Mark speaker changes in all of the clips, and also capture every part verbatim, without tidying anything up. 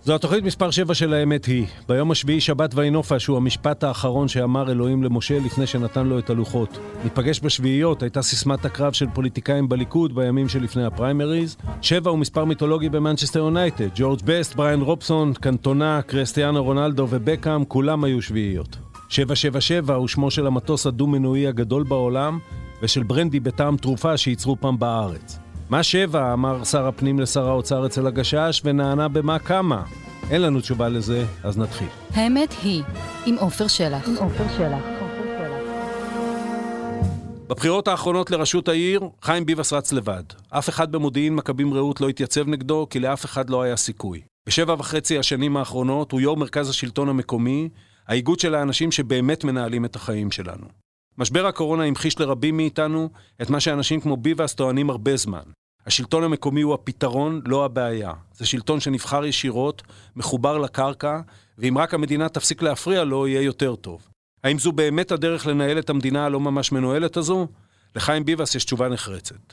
Speaker 1: זו התוכנית מספר שבע של האמת היא. ביום השביעי שבת וינופש שהוא המשפט האחרון שאמר אלוהים למשה לפני שנתן לו את הלוחות. ניפגש בשביעיות הייתה סיסמת הקרב של פוליטיקאים בליכוד בימים שלפני הפריימריז. שבע הוא מספר מיתולוגי במנצ'סטר יונייטד. ג'ורג' בסט, בריין רובסון, קנטונה, קריסטיאנו רונלדו ובקאם, כולם היו שביעיות. שבע שבע שבע הוא שמו של המטוס הדו-מנועי הגדול בעולם ושל ברנדי בטעם תרופה שייצרו פעם בארץ. מה שבע? אמר שר הפנים לשר האוצר אצל הגשש ונענה במה כמה. אין לנו תשובה לזה, אז נתחיל.
Speaker 2: האמת היא, עם עופר שלח.
Speaker 3: עם עופר שלח.
Speaker 1: בבחירות האחרונות לראשות העיר, חיים ביבס רץ לבד. אף אחד במודיעין מכבים רעות לא התייצב נגדו, כי לאף אחד לא היה סיכוי. בשבע וחצי השנים האחרונות הוא יו"ר מרכז השלטון המקומי, האיגוד של האנשים שבאמת מנהלים את החיים שלנו. משבר הקורונה המחיש לרבים מאיתנו את מה שאנשים כמו ביבס טוענים הרבה זמן. השלטון המקומי הוא הפתרון, לא הבעיה. זה שלטון שנבחר ישירות, מחובר לקרקע, ואם רק המדינה תפסיק להפריע לו, יהיה יותר טוב. האם זו באמת הדרך לנהל את המדינה הלא ממש מנוהלת הזו? לחיים ביבס יש תשובה נחרצת.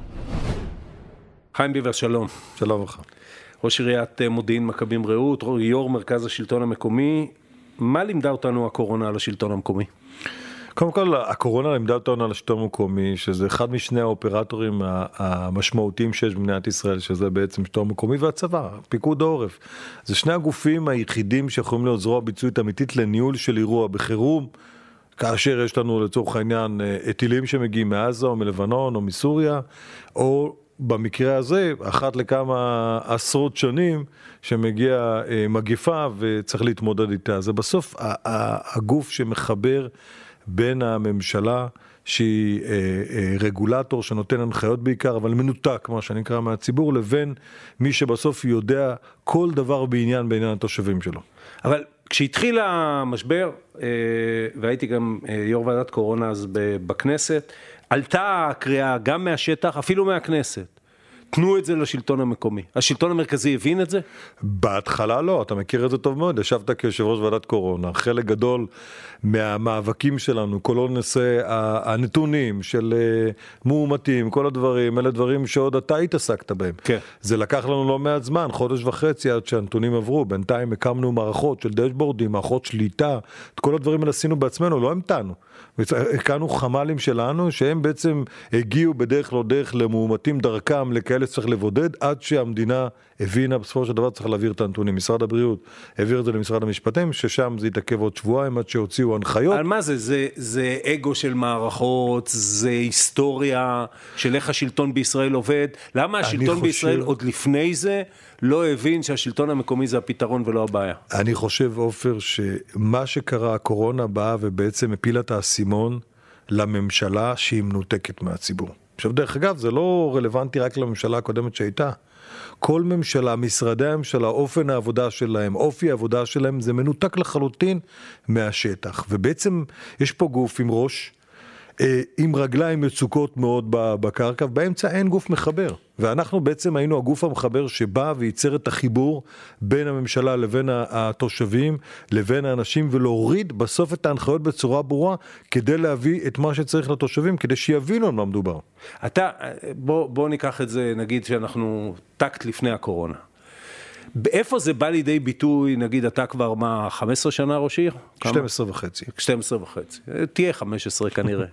Speaker 1: חיים ביבס, שלום.
Speaker 4: שלום לך.
Speaker 1: ראש עיריית מודיעין מכבים רעות, יו"ר מרכז השלטון המקומי. מה לימדה אותנו הקורונה על השלטון המקומי?
Speaker 4: קודם כל, הקורונה לימדה אותנו על השלטון המקומי, שזה אחד משני האופרטורים המשמעותיים שיש במדינת ישראל, שזה בעצם השלטון המקומי והצבא, פיקוד העורף. זה שני הגופים היחידים שיכולים להיות זרוע ביצועית אמיתית לניהול של אירוע בחירום, כאשר יש לנו לצורך העניין טילים שמגיעים מעזה או מלבנון או מסוריה, או במקרה הזה, אחת לכמה עשרות שנים שמגיע מגיפה וצריך להתמודד איתה. זה בסוף הגוף שמחבר בין הממשלה שהיא אה, אה, רגולטור שנותן הנחיות בעיקר, אבל מנותק, מה שנקרא, מהציבור, לבין מי שבסוף יודע כל דבר בעניין בעניין התושבים שלו.
Speaker 1: אבל כשהתחיל המשבר, אה, והייתי גם אה, יו"ר ועדת קורונה אז בכנסת, עלתה הקריאה גם מהשטח, אפילו מהכנסת. תנו את זה לשלטון המקומי. השלטון המרכזי הבין את זה?
Speaker 4: בהתחלה לא, אתה מכיר את זה טוב מאוד. ישבת כיושב ראש ועדת קורונה. חלק גדול מהמאבקים שלנו, כל נושא הנתונים של מאומתים, כל הדברים, אלה דברים שעוד אתה התעסקת בהם.
Speaker 1: כן.
Speaker 4: זה לקח לנו לא מעט זמן, חודש וחצי עד שהנתונים עברו. בינתיים הקמנו מערכות של דשבורדים, מערכות שליטה, את כל הדברים האלה עשינו בעצמנו, לא המתנו. הקמנו חמ"לים שלנו שהם בעצם הגיעו בדרך לא דרך למאומתים דרכם לכאלה שצריך לבודד, עד שהמדינה הבינה בסופו של דבר צריך להעביר את הנתונים. משרד הבריאות העביר את זה למשרד המשפטים, ששם זה יתעכב עוד שבועיים עד שהוציאו הנחיות.
Speaker 1: על מה זה? זה, זה אגו של מערכות, זה היסטוריה של איך השלטון בישראל עובד. למה השלטון חושב... בישראל עוד לפני זה לא הבין שהשלטון המקומי זה הפתרון ולא הבעיה?
Speaker 4: אני חושב, עופר, שמה שקרה, הקורונה באה ובעצם הפילה את האסימון לממשלה שהיא מנותקת מהציבור. עכשיו, דרך אגב, זה לא רלוונטי רק לממשלה הקודמת שהייתה. כל ממשלה, משרדי הממשלה, אופן העבודה שלהם, אופי העבודה שלהם, זה מנותק לחלוטין מהשטח. ובעצם יש פה גוף עם ראש, עם רגליים מצוקות מאוד בקרקע, ובאמצע אין גוף מחבר. ואנחנו בעצם היינו הגוף המחבר שבא וייצר את החיבור בין הממשלה לבין התושבים, לבין האנשים, ולהוריד בסוף את ההנחיות בצורה ברורה, כדי להביא את מה שצריך לתושבים, כדי שיבינו על מה מדובר.
Speaker 1: אתה, בוא, בוא ניקח את זה, נגיד שאנחנו טקט לפני הקורונה. באיפה זה בא לידי ביטוי, נגיד אתה כבר מה, חמש עשרה שנה ראש עיר?
Speaker 4: שתים עשרה וחצי.
Speaker 1: שתים עשרה וחצי. תהיה חמש עשרה כנראה.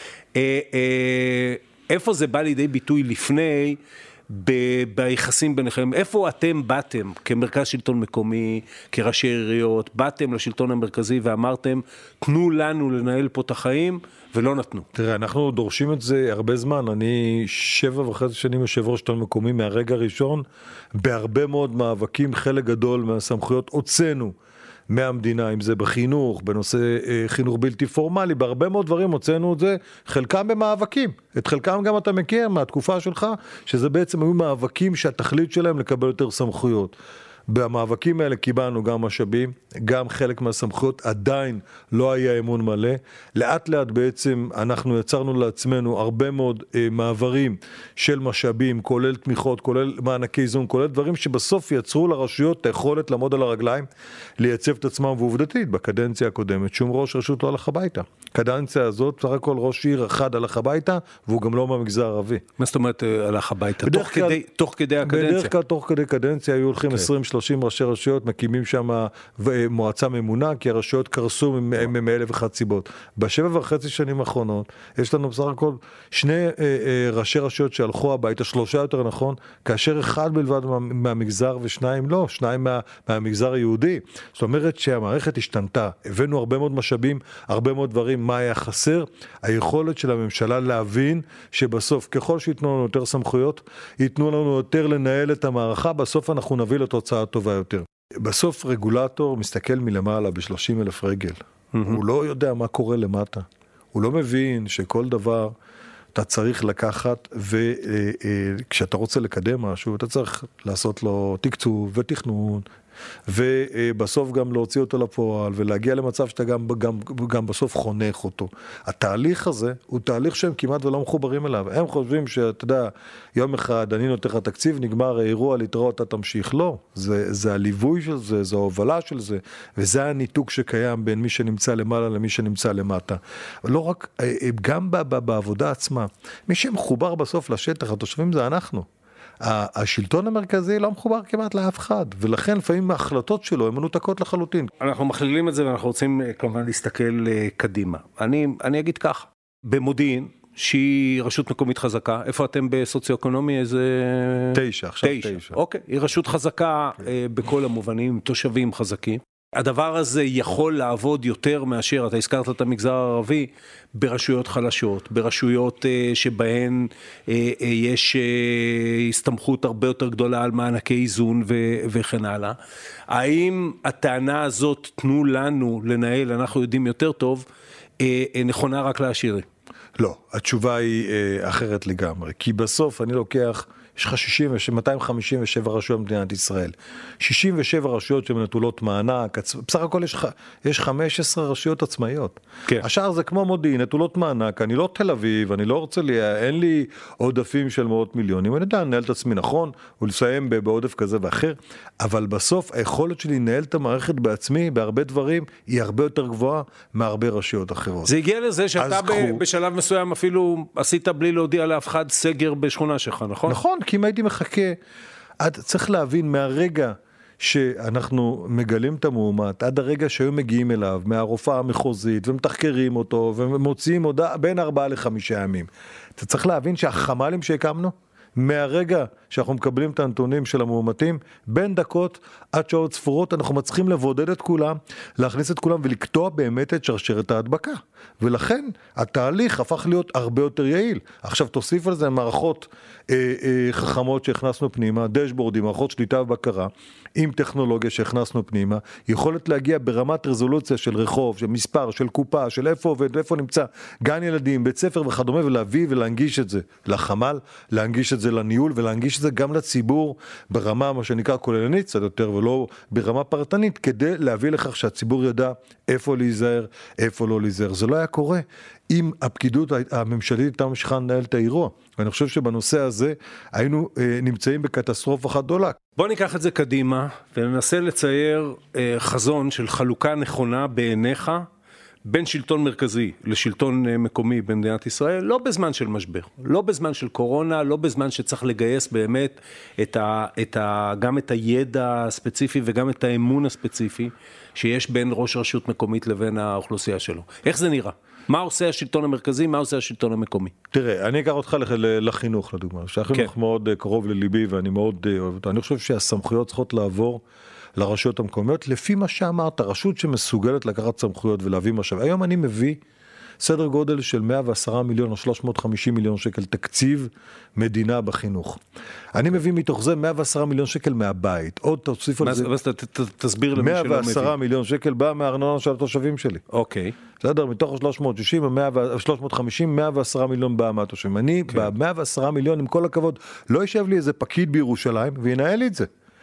Speaker 1: איפה זה בא לידי ביטוי לפני, ביחסים ביניכם? איפה אתם באתם כמרכז שלטון מקומי, כראשי עיריות, באתם לשלטון המרכזי ואמרתם, תנו לנו לנהל פה את החיים, ולא נתנו?
Speaker 4: תראה, אנחנו דורשים את זה הרבה זמן. אני שבע וחצי שנים יושב ראש שלטון מקומי מהרגע הראשון, בהרבה מאוד מאבקים, חלק גדול מהסמכויות הוצאנו מהמדינה, אם זה בחינוך, בנושא חינוך בלתי פורמלי, בהרבה מאוד דברים הוצאנו את זה, חלקם במאבקים. את חלקם גם אתה מכיר מהתקופה שלך, שזה בעצם היו מאבקים שהתכלית שלהם לקבל יותר סמכויות. במאבקים האלה קיבלנו גם משאבים, גם חלק מהסמכויות, עדיין לא היה אמון מלא. לאט לאט בעצם אנחנו יצרנו לעצמנו הרבה מאוד אה, מעברים של משאבים, כולל תמיכות, כולל מענקי איזון, כולל דברים שבסוף יצרו לרשויות את היכולת לעמוד על הרגליים, לייצב את עצמם. ועובדתית, בקדנציה הקודמת, שום ראש רשות לא הלך הביתה. קדנציה הזאת, סך הכל ראש עיר אחד הלך הביתה, והוא גם לא מהמגזר הערבי.
Speaker 1: מה זאת אומרת הלך הביתה? תוך כדי, תוך כדי הקדנציה?
Speaker 4: בדרך כלל תוך כדי קדנציה היו הולכים עשרים שלושים שלושים ראשי רשויות, מקימים שם מועצה ממונה, כי הרשויות קרסו מאלף ואחת סיבות. בשבע וחצי שנים האחרונות, יש לנו בסך הכל שני אה, אה, ראשי רשויות שהלכו הביתה, שלושה יותר נכון, כאשר אחד בלבד מה, מהמגזר ושניים לא, שניים מה, מהמגזר היהודי. זאת אומרת שהמערכת השתנתה, הבאנו הרבה מאוד משאבים, הרבה מאוד דברים, מה היה חסר, היכולת של הממשלה להבין שבסוף, ככל שיתנו לנו יותר סמכויות, ייתנו לנו יותר לנהל את המערכה, בסוף אנחנו נביא לתוצאה טובה יותר. בסוף רגולטור מסתכל מלמעלה ב-שלושים אלף רגל. Mm-hmm. הוא לא יודע מה קורה למטה. הוא לא מבין שכל דבר אתה צריך לקחת, וכשאתה רוצה לקדם משהו, אתה צריך לעשות לו תקצוב ותכנון, ובסוף גם להוציא אותו לפועל, ולהגיע למצב שאתה גם, גם, גם בסוף חונך אותו. התהליך הזה הוא תהליך שהם כמעט ולא מחוברים אליו. הם חושבים שאתה יודע, יום אחד אני נותן לך תקציב, נגמר האירוע, להתראות, אתה תמשיך. לא, זה, זה הליווי של זה, זה ההובלה של זה, וזה הניתוק שקיים בין מי שנמצא למעלה למי שנמצא למטה. לא רק, גם בעבודה עצמה, מי שמחובר בסוף לשטח, התושבים זה אנחנו. השלטון המרכזי לא מחובר כמעט לאף אחד, ולכן לפעמים ההחלטות שלו הן מנותקות לחלוטין.
Speaker 1: אנחנו מכלילים את זה ואנחנו רוצים כמובן להסתכל קדימה. אני, אני אגיד כך, במודיעין, שהיא רשות מקומית חזקה, איפה אתם בסוציו-אקונומי? איזה...
Speaker 4: תשע, עכשיו
Speaker 1: תשע.
Speaker 4: תשע.
Speaker 1: אוקיי, היא רשות חזקה בכל המובנים, תושבים חזקים. הדבר הזה יכול לעבוד יותר מאשר, אתה הזכרת את המגזר הערבי, ברשויות חלשות, ברשויות שבהן יש הסתמכות הרבה יותר גדולה על מענקי איזון וכן הלאה. האם הטענה הזאת, תנו לנו לנהל, אנחנו יודעים יותר טוב, נכונה רק לעשירים?
Speaker 4: לא, התשובה היא אחרת לגמרי, כי בסוף אני לוקח... יש לך מאתיים חמישים ושבע רשויות במדינת ישראל. שישים ושבע רשויות שהן נטולות מענק, בסך הכל יש, יש חמש עשרה רשויות עצמאיות. כן. השאר זה כמו מודיעין, נטולות מענק, אני לא תל אביב, אני לא רוצה לי, אין לי עודפים של מאות מיליונים, אני יודע, נהל את עצמי נכון, ולסיים בעודף כזה ואחר, אבל בסוף היכולת שלי לנהל את המערכת בעצמי, בהרבה דברים, היא הרבה יותר גבוהה מהרבה רשויות אחרות.
Speaker 1: זה הגיע לזה שאתה ב- בשלב מסוים אפילו עשית בלי להודיע לאף אחד סגר בשכונה שלך, נכון?
Speaker 4: נכון. כי אם הייתי מחכה, עד, צריך להבין מהרגע שאנחנו מגלים את המאומת, עד הרגע שהיו מגיעים אליו, מהרופאה המחוזית, ומתחקרים אותו, ומוציאים הודעה בין ארבעה לחמישה ימים. אתה צריך להבין שהחמלים שהקמנו, מהרגע שאנחנו מקבלים את הנתונים של המאומתים, בין דקות עד שעות ספורות, אנחנו מצליחים לבודד את כולם, להכניס את כולם ולקטוע באמת את שרשרת ההדבקה. ולכן התהליך הפך להיות הרבה יותר יעיל. עכשיו תוסיף על זה מערכות אה, אה, חכמות שהכנסנו פנימה, דשבורדים, מערכות שליטה ובקרה, עם טכנולוגיה שהכנסנו פנימה, יכולת להגיע ברמת רזולוציה של רחוב, של מספר, של קופה, של איפה עובד ואיפה נמצא, גן ילדים, בית ספר וכדומה, ולהביא ולהנגיש את זה לחמ"ל, להנגיש את זה לניהול ולהנגיש את זה גם לציבור ברמה, מה שנקרא כוללנית, קצת יותר, ולא ברמה פרטנית, כדי להביא לכך שהציבור ידע איפה להיזהר, איפה לא להיזהר. זה לא היה קורה אם הפקידות הממשלית הייתה ממשיכה לנהל את האירוע. ואני חושב שבנושא הזה היינו אה, נמצאים בקטסטרופה אחת גדולה.
Speaker 1: בוא ניקח את זה קדימה וננסה לצייר אה, חזון של חלוקה נכונה בעיניך בין שלטון מרכזי לשלטון מקומי במדינת ישראל, לא בזמן של משבר, לא בזמן של קורונה, לא בזמן שצריך לגייס באמת את ה, את ה, גם את הידע הספציפי וגם את האמון הספציפי שיש בין ראש רשות מקומית לבין האוכלוסייה שלו. איך זה נראה? מה עושה השלטון המרכזי, מה עושה השלטון המקומי?
Speaker 4: תראה, אני אקח אותך לחינוך לדוגמה, שהחינוך כן. מאוד קרוב לליבי ואני מאוד אוהב אותו. אני חושב שהסמכויות צריכות לעבור לרשויות המקומיות, לפי מה שאמרת, רשות שמסוגלת לקחת סמכויות ולהביא משאב. היום אני מביא סדר גודל של מאה ועשרה מיליון או שלוש מאות וחמישים מיליון שקל תקציב מדינה בחינוך. אני מביא מתוך זה מאה ועשרה מיליון שקל מהבית. עוד תוסיף על זה.
Speaker 1: תסביר למי שלא מביא.
Speaker 4: מאה ועשרה מיליון שקל בא מהארנונה של התושבים שלי.
Speaker 1: אוקיי.
Speaker 4: בסדר, מתוך שלוש מאות ושישים, שלוש מאות וחמישים, מאה ועשרה מיליון בא מהתושבים. אני, ב-מאה ועשרה מיליון, עם כל הכבוד, לא יישב לי איזה פקיד בירושלים וינהל לי את זה.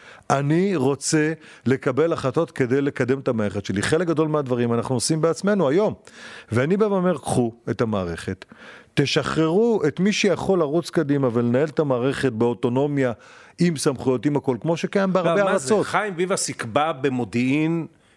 Speaker 4: אני רוצה לקבל החלטות כדי לקדם את המערכת שלי. חלק גדול מהדברים אנחנו עושים בעצמנו היום. ואני בא ואומר, קחו את המערכת, תשחררו את מי שיכול לרוץ קדימה ולנהל את המערכת באוטונומיה עם סמכויות, עם הכל, כמו שקיים בהרבה ארצות.
Speaker 1: חיים ביבס יקבע במודיעין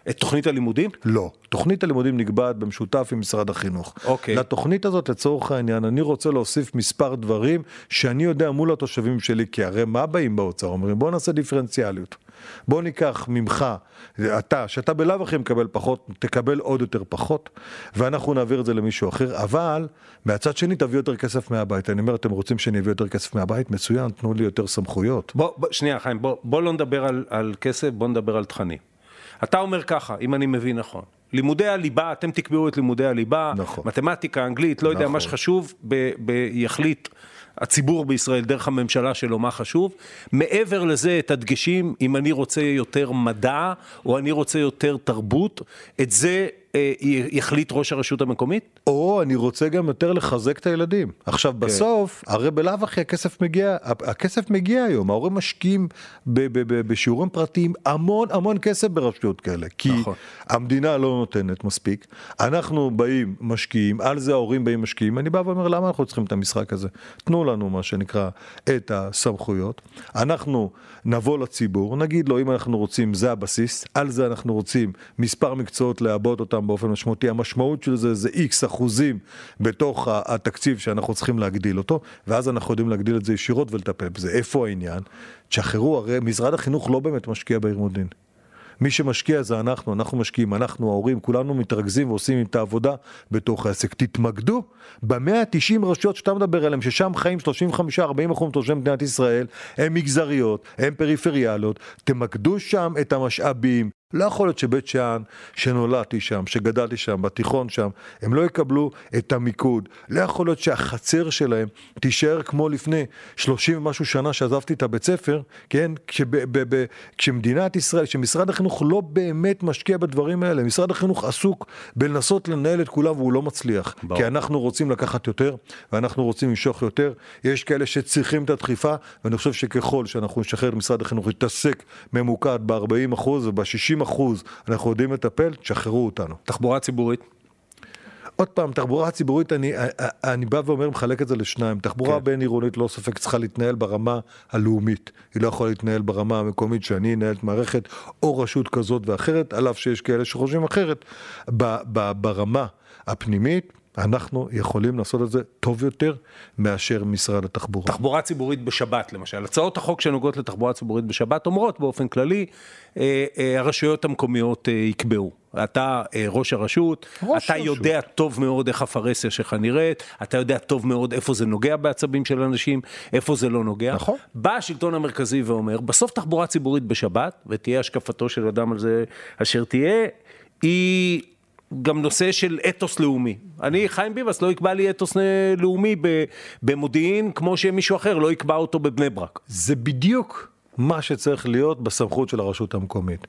Speaker 1: את תוכנית הלימודים?
Speaker 4: לא. תוכנית הלימודים נקבעת במשותף עם משרד החינוך.
Speaker 1: אוקיי.
Speaker 4: לתוכנית הזאת, לצורך העניין, אני רוצה להוסיף מספר דברים שאני יודע מול התושבים שלי, כי הרי מה באים באוצר? אומרים, בוא נעשה דיפרנציאליות. בוא ניקח ממך, אתה, שאתה בלאו הכי מקבל פחות, תקבל עוד יותר פחות, ואנחנו נעביר את זה למישהו אחר, אבל מהצד שני תביא יותר כסף מהבית. אני אומר, אתם רוצים שאני אביא יותר כסף מהבית? מצוין, תנו לי יותר סמכויות.
Speaker 1: בוא, בוא, שנייה, חיים, בוא, בוא לא נדבר על, על כסף, בוא נדבר על תכנים. אתה אומר ככה, אם אני מבין נכון, לימודי הליבה, אתם תקבעו את לימודי הליבה, נכון. מתמטיקה, אנגלית, לא יודע, נכון. מה שחשוב, ב, ב, יחליט הציבור בישראל דרך הממשלה שלו מה חשוב. מעבר לזה, את הדגשים, אם אני רוצה יותר מדע, או אני רוצה יותר תרבות, את זה אה, יחליט ראש הרשות המקומית?
Speaker 4: או אני רוצה גם יותר לחזק את הילדים. עכשיו כן. בסוף, הרי בלאו הכי הכסף מגיע, הכסף מגיע היום, ההורים משקיעים ב- ב- ב- בשיעורים פרטיים המון המון כסף ברשויות כאלה, כי נכון. המדינה לא נותנת מספיק, אנחנו באים משקיעים, על זה ההורים באים משקיעים, אני בא ואומר, למה אנחנו צריכים את המשחק הזה? תנו לנו מה שנקרא את הסמכויות, אנחנו נבוא לציבור, נגיד לו אם אנחנו רוצים, זה הבסיס, על זה אנחנו רוצים מספר מקצועות לעבוד אותם באופן משמעותי, המשמעות של זה זה X אחוזים בתוך התקציב שאנחנו צריכים להגדיל אותו, ואז אנחנו יודעים להגדיל את זה ישירות ולטפל בזה. איפה העניין? תשחררו, הרי משרד החינוך לא באמת משקיע בעיר מודיעין. מי שמשקיע זה אנחנו, אנחנו משקיעים, אנחנו ההורים, כולנו מתרכזים ועושים את העבודה בתוך העסק. תתמקדו ב-מאה ותשעים רשויות שאתה מדבר עליהן, ששם חיים שלושים וחמישה עד ארבעים אחוז תושבי מדינת ישראל, הן מגזריות, הן פריפריאליות, תמקדו שם את המשאבים. לא יכול להיות שבית שאן, שנולדתי שם, שגדלתי שם, בתיכון שם, הם לא יקבלו את המיקוד. לא יכול להיות שהחצר שלהם תישאר כמו לפני שלושים ומשהו שנה שעזבתי את הבית ספר, כן? כשמדינת ישראל, כשמשרד החינוך לא באמת משקיע בדברים האלה, משרד החינוך עסוק בלנסות לנהל את כולם והוא לא מצליח. בוא. כי אנחנו רוצים לקחת יותר, ואנחנו רוצים למשוך יותר. יש כאלה שצריכים את הדחיפה, ואני חושב שככל שאנחנו נשחרר את משרד החינוך, יתעסק ממוקד ב-ארבעים אחוז וב-שישים אחוז אנחנו יודעים לטפל, תשחררו אותנו.
Speaker 1: תחבורה ציבורית?
Speaker 4: עוד פעם, תחבורה ציבורית, אני, אני בא ואומר, מחלק את זה לשניים. תחבורה כן. בין עירונית לא ספק צריכה להתנהל ברמה הלאומית. היא לא יכולה להתנהל ברמה המקומית שאני אנהלת מערכת או רשות כזאת ואחרת, על אף שיש כאלה שחושבים אחרת. ב, ב, ברמה הפנימית, אנחנו יכולים לעשות את זה טוב יותר מאשר משרד התחבורה.
Speaker 1: תחבורה ציבורית בשבת, למשל. הצעות החוק שנוגעות לתחבורה ציבורית בשבת אומרות באופן כללי, אה, אה, הרשויות המקומיות אה, יקבעו. אתה אה, ראש הרשות, ראש אתה רשות. יודע טוב מאוד איך הפרסיה שלך נראית, אתה יודע טוב מאוד איפה זה נוגע בעצבים של אנשים, איפה זה לא נוגע.
Speaker 4: נכון.
Speaker 1: בא השלטון המרכזי ואומר, בסוף תחבורה ציבורית בשבת, ותהיה השקפתו של אדם על זה אשר תהיה, היא גם נושא של אתוס לאומי. אני, חיים ביבס, לא יקבע לי אתוס לאומי במודיעין, כמו שמישהו אחר לא יקבע אותו בבני ברק.
Speaker 4: זה בדיוק מה שצריך להיות בסמכות של הרשות המקומית.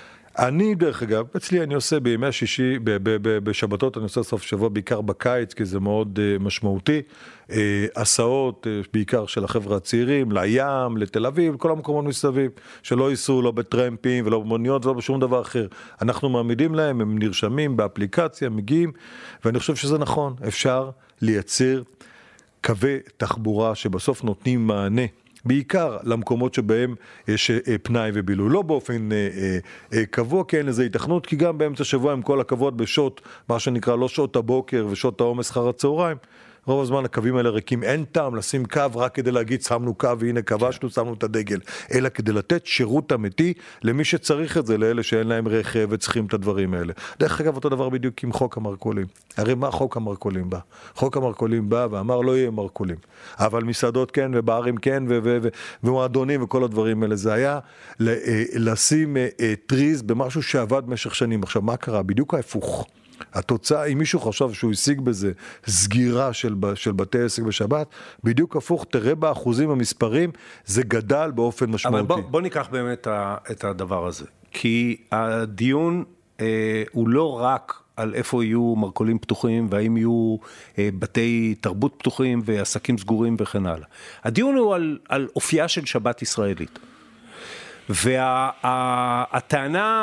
Speaker 4: אני, דרך אגב, אצלי אני עושה בימי השישי, ב- ב- ב- בשבתות אני עושה סוף שבוע, בעיקר בקיץ, כי זה מאוד uh, משמעותי. Uh, הסעות, uh, בעיקר של החבר'ה הצעירים, לים, לתל אביב, כל המקומות מסביב, שלא ייסעו לא בטרמפים ולא במוניות ולא בשום דבר אחר. אנחנו מעמידים להם, הם נרשמים באפליקציה, מגיעים, ואני חושב שזה נכון. אפשר לייצר קווי תחבורה שבסוף נותנים מענה, בעיקר למקומות שבהם יש פנאי ובילוי, לא באופן אה, אה, קבוע, כי אין לזה התכנות, כי גם באמצע שבוע עם כל הכבוד בשעות, מה שנקרא לא שעות הבוקר ושעות העומס אחר הצהריים, רוב הזמן הקווים האלה ריקים, אין טעם לשים קו רק כדי להגיד שמנו קו והנה כבשנו, שמנו את הדגל, אלא כדי לתת שירות אמיתי למי שצריך את זה, לאלה שאין להם רכב וצריכים את הדברים האלה. דרך אגב, אותו דבר בדיוק עם חוק המרקולים. הרי מה חוק המרקולים בא? חוק המרקולים בא ואמר לא יהיה מרקולים, אבל מסעדות כן וברים כן ומועדונים וכל הדברים האלה. זה היה לשים טריז במשהו שעבד במשך שנים. עכשיו מה קרה? בדיוק ההפוך. התוצאה, אם מישהו חשב שהוא השיג בזה סגירה של, של בתי עסק בשבת, בדיוק הפוך, תראה באחוזים המספרים, זה גדל באופן משמעותי.
Speaker 1: אבל בוא, בוא ניקח באמת את הדבר הזה, כי הדיון אה, הוא לא רק על איפה יהיו מרקולים פתוחים, והאם יהיו אה, בתי תרבות פתוחים ועסקים סגורים וכן הלאה. הדיון הוא על, על אופייה של שבת ישראלית. והטענה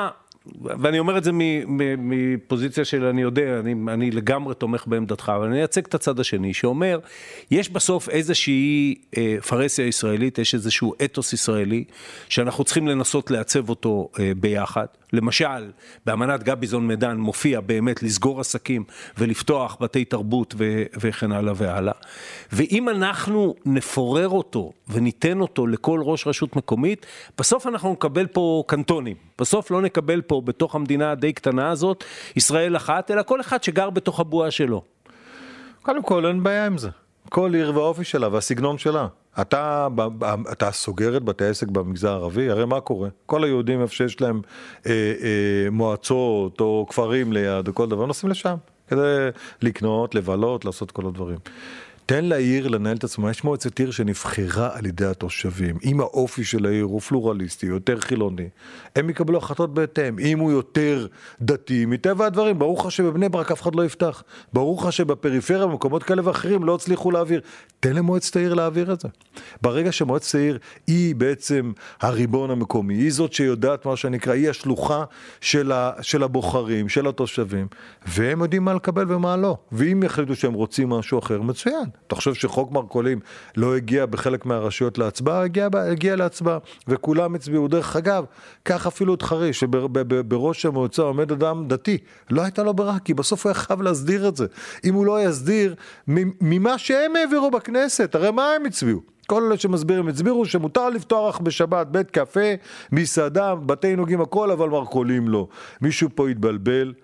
Speaker 1: ואני אומר את זה מפוזיציה של אני יודע, אני, אני לגמרי תומך בעמדתך, אבל אני אצג את הצד השני, שאומר, יש בסוף איזושהי אה, פרסיה ישראלית, יש איזשהו אתוס ישראלי, שאנחנו צריכים לנסות לעצב אותו אה, ביחד. למשל, באמנת גביזון מדן מופיע באמת לסגור עסקים ולפתוח בתי תרבות ו- וכן הלאה והלאה. ואם אנחנו נפורר אותו וניתן אותו לכל ראש רשות מקומית, בסוף אנחנו נקבל פה קנטונים. בסוף לא נקבל פה בתוך המדינה הדי קטנה הזאת ישראל אחת, אלא כל אחד שגר בתוך הבועה שלו.
Speaker 4: קודם כל אין בעיה עם זה. כל עיר והאופי שלה והסגנון שלה. אתה, אתה סוגר את בתי העסק במגזר הערבי, הרי מה קורה? כל היהודים איפה שיש להם אה, אה, מועצות או כפרים ליד או כל דבר, נוסעים לשם כדי לקנות, לבלות, לעשות כל הדברים. תן לעיר לנהל את עצמה, יש מועצת עיר שנבחרה על ידי התושבים, אם האופי של העיר הוא פלורליסטי, יותר חילוני, הם יקבלו החלטות בהתאם, אם הוא יותר דתי, מטבע הדברים, ברוך שבבני ברק אף אחד לא יפתח, ברוך שבפריפריה, במקומות כאלה ואחרים, לא הצליחו להעביר, תן למועצת העיר להעביר את זה. ברגע שמועצת העיר היא בעצם הריבון המקומי, היא זאת שיודעת מה שנקרא, היא השלוחה של, ה, של הבוחרים, של התושבים, והם יודעים מה לקבל ומה לא, ואם יחליטו שהם רוצים משהו אחר, מצוין. אתה חושב שחוק מרכולים לא הגיע בחלק מהרשויות להצבעה? הגיע, הגיע להצבעה, וכולם הצביעו. דרך אגב, כך אפילו את חריש, שבראש המועצה עומד אדם דתי, לא הייתה לו ברירה, כי בסוף הוא היה חייב להסדיר את זה. אם הוא לא יסדיר, ממה שהם העבירו בכנסת, הרי מה הם הצביעו? כל אלה שמסבירים, הצבירו שמותר לפתוח בשבת, בית קפה, מסעדה, בתי נוגים, הכל, אבל מרכולים לא. מישהו פה התבלבל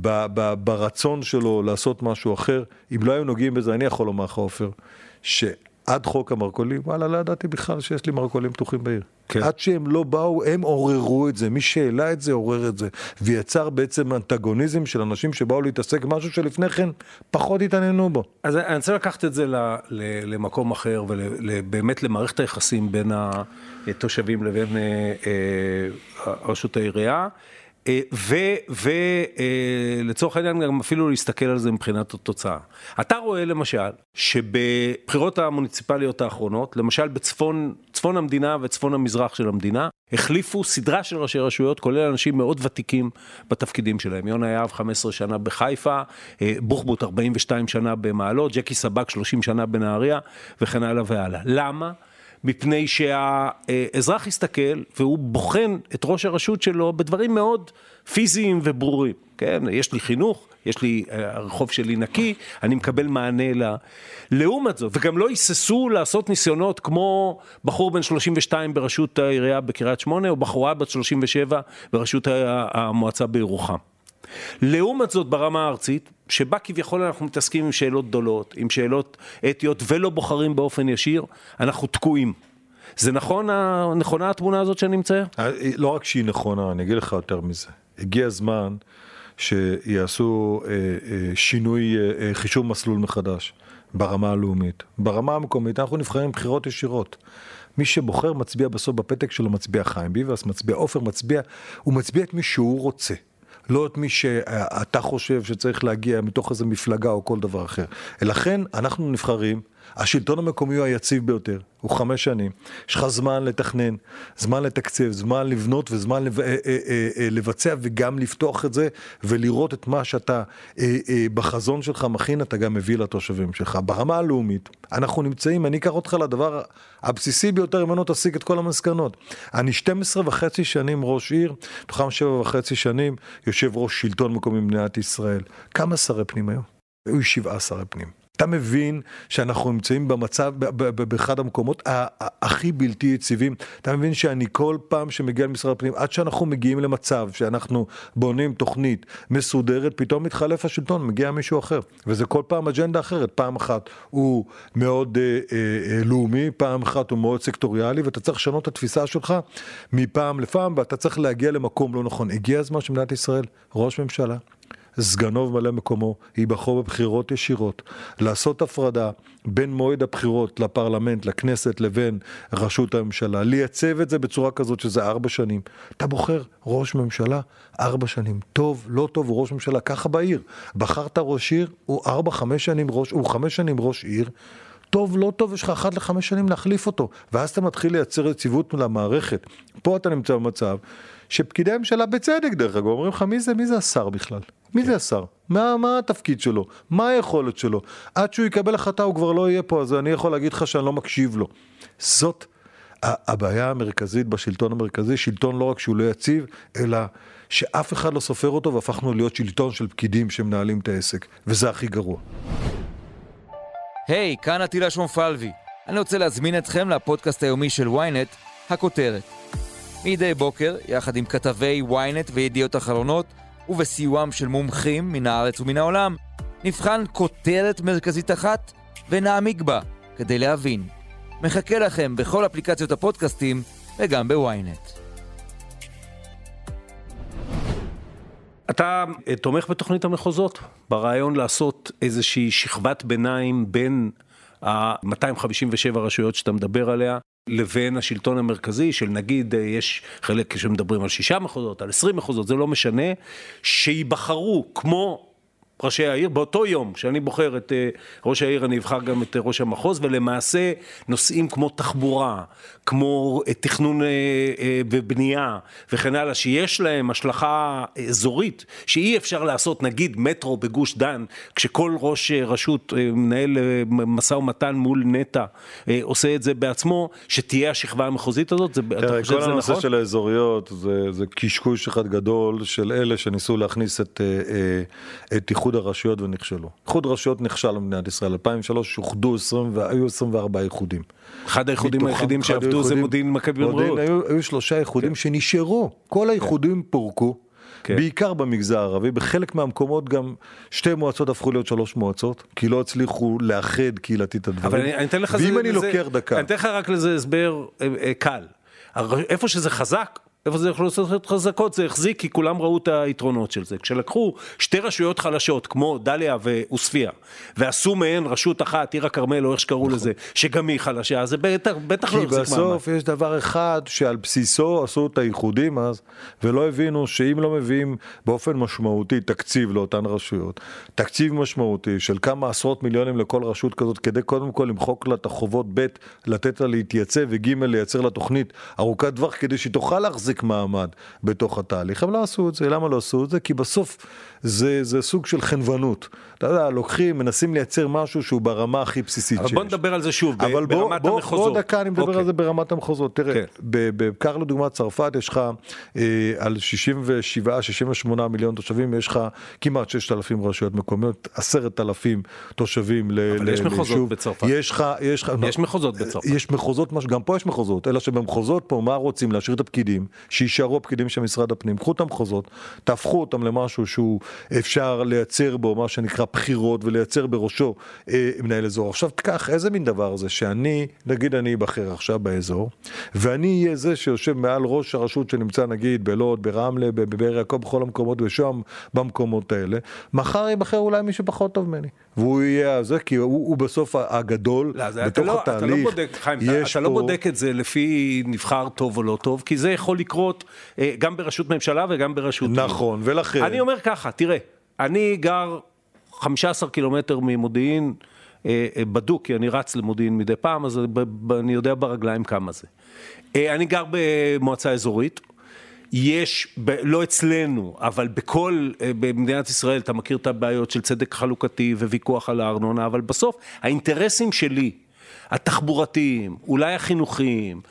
Speaker 4: ברצון שלו לעשות משהו אחר. אם לא היו נוגעים בזה, אני יכול לומר לך, עופר, שעד חוק המרכולים, וואלה, לא ידעתי בכלל שיש לי מרכולים פתוחים בעיר. כן. עד שהם לא באו, הם עוררו את זה. מי שאלה את זה, עורר את זה. ויצר בעצם אנטגוניזם של אנשים שבאו להתעסק משהו שלפני כן פחות התעניינו בו.
Speaker 1: אז אני רוצה לקחת את זה למקום אחר, ובאמת למערכת היחסים בין התושבים לבין רשות העירייה. ולצורך העניין גם אפילו להסתכל על זה מבחינת התוצאה. אתה רואה למשל שבבחירות המוניציפליות האחרונות, למשל בצפון צפון המדינה וצפון המזרח של המדינה, החליפו סדרה של ראשי רשויות, כולל אנשים מאוד ותיקים בתפקידים שלהם. יונה יהב חמש עשרה שנה בחיפה, בוחבוט ארבעים ושתיים שנה במעלות, ג'קי סבק שלושים שנה בנהריה וכן הלאה והלאה. למה? מפני שהאזרח יסתכל והוא בוחן את ראש הרשות שלו בדברים מאוד פיזיים וברורים. כן? יש לי חינוך, יש לי, הרחוב שלי נקי, אני מקבל מענה לה. לעומת זאת, וגם לא היססו לעשות ניסיונות כמו בחור בן שלושים ושתיים ברשות העירייה בקריית שמונה, או בחורה בת שלושים ושבע ברשות המועצה בירוחם. לעומת זאת ברמה הארצית, שבה כביכול אנחנו מתעסקים עם שאלות גדולות, עם שאלות אתיות ולא בוחרים באופן ישיר, אנחנו תקועים. זה נכון, נכונה התמונה הזאת שאני מצייר?
Speaker 4: לא רק שהיא נכונה, אני אגיד לך יותר מזה. הגיע הזמן שיעשו שינוי חישוב מסלול מחדש ברמה הלאומית. ברמה המקומית אנחנו נבחרים בחירות ישירות. מי שבוחר מצביע בסוף בפתק שלו, מצביע חיים ביבס, מצביע עופר, מצביע, הוא מצביע את מי שהוא רוצה. לא את מי שאתה חושב שצריך להגיע מתוך איזו מפלגה או כל דבר אחר. לכן אנחנו נבחרים, השלטון המקומי הוא היציב ביותר, הוא חמש שנים, יש לך זמן לתכנן, זמן לתקצב, זמן לבנות וזמן לבצע וגם לפתוח את זה ולראות את מה שאתה בחזון שלך מכין, אתה גם מביא לתושבים שלך. ברמה הלאומית, אנחנו נמצאים, אני אקח אותך לדבר הבסיסי ביותר, ממנו תסיק את כל המסקנות. אני שתים עשרה וחצי שנים ראש עיר, תוכם שבע וחצי שנים יושב ראש שלטון מקומי במדינת ישראל. כמה שרי פנים היום? היו שבעה שרי פנים. אתה מבין שאנחנו נמצאים במצב, באחד המקומות הכי בלתי יציבים. אתה מבין שאני כל פעם שמגיע למשרד הפנים, עד שאנחנו מגיעים למצב שאנחנו בונים תוכנית מסודרת, פתאום מתחלף השלטון, מגיע מישהו אחר. וזה כל פעם אג'נדה אחרת. פעם אחת הוא מאוד אה, אה, לאומי, פעם אחת הוא מאוד סקטוריאלי, ואתה צריך לשנות את התפיסה שלך מפעם לפעם, ואתה צריך להגיע למקום לא נכון. הגיע הזמן שמדינת ישראל, ראש ממשלה, סגנו ומלא מקומו, ייבחרו בבחירות ישירות, לעשות הפרדה בין מועד הבחירות לפרלמנט, לכנסת, לבין רשות הממשלה, לייצב את זה בצורה כזאת שזה ארבע שנים. אתה בוחר ראש ממשלה, ארבע שנים. טוב, לא טוב, הוא ראש ממשלה, ככה בעיר. בחרת ראש עיר, הוא ארבע, חמש שנים ראש, הוא חמש שנים ראש עיר, טוב, לא טוב, יש לך אחת לחמש שנים להחליף אותו, ואז אתה מתחיל לייצר יציבות למערכת. פה אתה נמצא במצב שפקידי הממשלה בצדק דרך אגב, אומרים לך, מי זה, מי זה השר בכלל? מי זה השר? מה, מה התפקיד שלו? מה היכולת שלו? עד שהוא יקבל החלטה הוא כבר לא יהיה פה, אז אני יכול להגיד לך שאני לא מקשיב לו. זאת הבעיה המרכזית בשלטון המרכזי, שלטון לא רק שהוא לא יציב, אלא שאף אחד לא סופר אותו, והפכנו להיות שלטון של פקידים שמנהלים את העסק, וזה הכי גרוע.
Speaker 3: היי, hey, כאן עטילה שומפלבי. אני רוצה להזמין אתכם לפודקאסט היומי של וויינט, הכותרת. מדי בוקר, יחד עם כתבי וויינט וידיעות אחרונות, ובסיועם של מומחים מן הארץ ומן העולם, נבחן כותרת מרכזית אחת ונעמיק בה כדי להבין. מחכה לכם בכל אפליקציות הפודקאסטים וגם בוויינט.
Speaker 1: אתה תומך בתוכנית המחוזות, ברעיון לעשות איזושהי שכבת ביניים בין ה-מאתיים חמישים ושבע רשויות שאתה מדבר עליה, לבין השלטון המרכזי, של נגיד יש חלק שמדברים על שישה מחוזות, על עשרים מחוזות, זה לא משנה, שיבחרו כמו ראשי העיר, באותו יום שאני בוחר את ראש העיר, אני אבחר גם את ראש המחוז, ולמעשה נושאים כמו תחבורה, כמו תכנון ובנייה וכן הלאה, שיש להם השלכה אזורית, שאי אפשר לעשות נגיד מטרו בגוש דן, כשכל ראש רשות מנהל משא ומתן מול נטע, עושה את זה בעצמו, שתהיה השכבה המחוזית הזאת, זה, אתה חושב
Speaker 4: כל
Speaker 1: זה
Speaker 4: הנושא
Speaker 1: נכון?
Speaker 4: של האזוריות, זה, זה קשקוש אחד גדול של אלה שניסו להכניס את, את איחוד הרשויות ונכשלו. איחוד רשויות נכשל במדינת ישראל, אלפיים ושלוש שוחדו עשרים, היו עשרים וארבעה איחודים.
Speaker 1: אחד האיחודים היחידים שעבדו זה מודיעין מכבים רעות.
Speaker 4: היו, היו שלושה איחודים שנשארו, כל האיחודים פורקו, בעיקר במגזר הערבי, בחלק מהמקומות גם שתי מועצות הפכו להיות שלוש מועצות, כי לא הצליחו לאחד קהילתית הדברים.
Speaker 1: אבל אני, אני אתן לך
Speaker 4: ואם
Speaker 1: זה,
Speaker 4: אני
Speaker 1: זה,
Speaker 4: לוקח דקה.
Speaker 1: אני אתן לך רק לזה הסבר אה, אה, קל. איפה שזה חזק, איפה זה יכול להיות חזקות, זה החזיק, כי כולם ראו את היתרונות של זה. כשלקחו שתי רשויות חלשות, כמו דליה ועוספיה, ועשו מהן רשות אחת, עיר הכרמל, או איך שקראו לזה, שגם היא חלשה, זה בטח, בטח לא החזיק מעמד.
Speaker 4: כי בסוף יש דבר אחד, שעל בסיסו עשו את האיחודים אז, ולא הבינו שאם לא מביאים באופן משמעותי תקציב לאותן רשויות, תקציב משמעותי של כמה עשרות מיליונים לכל רשות כזאת, כדי קודם כל למחוק לה את החובות, ב' לתת לה להתייצב, וג' לייצר לה תוכנית ארוכת טווח, כדי שהיא תוכל להחזיק מעמד בתוך התהליך. הם לא עשו את זה. למה לא עשו את זה? כי בסוף זה, זה סוג של חנוונות. אתה יודע, לוקחים, מנסים לייצר משהו שהוא ברמה הכי בסיסית שיש.
Speaker 1: אבל בוא נדבר על זה שוב,
Speaker 4: אבל
Speaker 1: ברמת
Speaker 4: בוא,
Speaker 1: המחוזות.
Speaker 4: בוא דקה, אני מדבר
Speaker 1: אוקיי.
Speaker 4: על זה ברמת המחוזות. תראה,
Speaker 1: כן.
Speaker 4: בקר לדוגמת צרפת, יש לך אה, על שישים ושבע שישים ושמונה מיליון תושבים, יש לך כמעט ששת אלפים רשויות מקומיות, עשרת אלפים תושבים ל,
Speaker 1: אבל
Speaker 4: ל,
Speaker 1: יש מחוזות
Speaker 4: לישוב.
Speaker 1: בצרפת.
Speaker 4: יש לך, יש לך,
Speaker 1: יש מחוזות בצרפת.
Speaker 4: יש מחוזות, גם פה יש מחוזות, אלא שבמחוזות פה, מה רוצים? להשאיר את הפקידים, שישארו הפקידים של משרד הפנים, קחו את המחוזות, תהפכו אותם למשהו שהוא אפשר לייצר בו, מה שנקרא בחירות, ולייצר בראשו אה, מנהל אזור. עכשיו תקח, איזה מין דבר זה, שאני, נגיד אני אבחר עכשיו באזור, ואני אהיה זה שיושב מעל ראש הרשות שנמצא נגיד בלוד, ברמלה, בבאר יעקב, בכל המקומות, ושם במקומות האלה, מחר יבחר אולי מישהו פחות טוב ממני. והוא יהיה זה, כי הוא, הוא בסוף הגדול,
Speaker 1: לא, זה,
Speaker 4: בתוך
Speaker 1: אתה
Speaker 4: התהליך.
Speaker 1: לא, אתה לא בודק, חיים, אתה, אתה פה... לא בודק את זה לפי נבחר טוב או לא טוב, כי זה יכול לקרות אה, גם ברשות ממשלה וגם ברשות...
Speaker 4: נכון, ולכן...
Speaker 1: אני אומר ככה, תראה, אני גר חמישה עשר קילומטר ממודיעין, אה, אה, בדוק, כי אני רץ למודיעין מדי פעם, אז ב, ב, אני יודע ברגליים כמה זה. אה, אני גר במועצה אזורית, יש, ב, לא אצלנו, אבל בכל, במדינת ישראל, אתה מכיר את הבעיות של צדק חלוקתי וויכוח על הארנונה, אבל בסוף, האינטרסים שלי, התחבורתיים, אולי החינוכיים,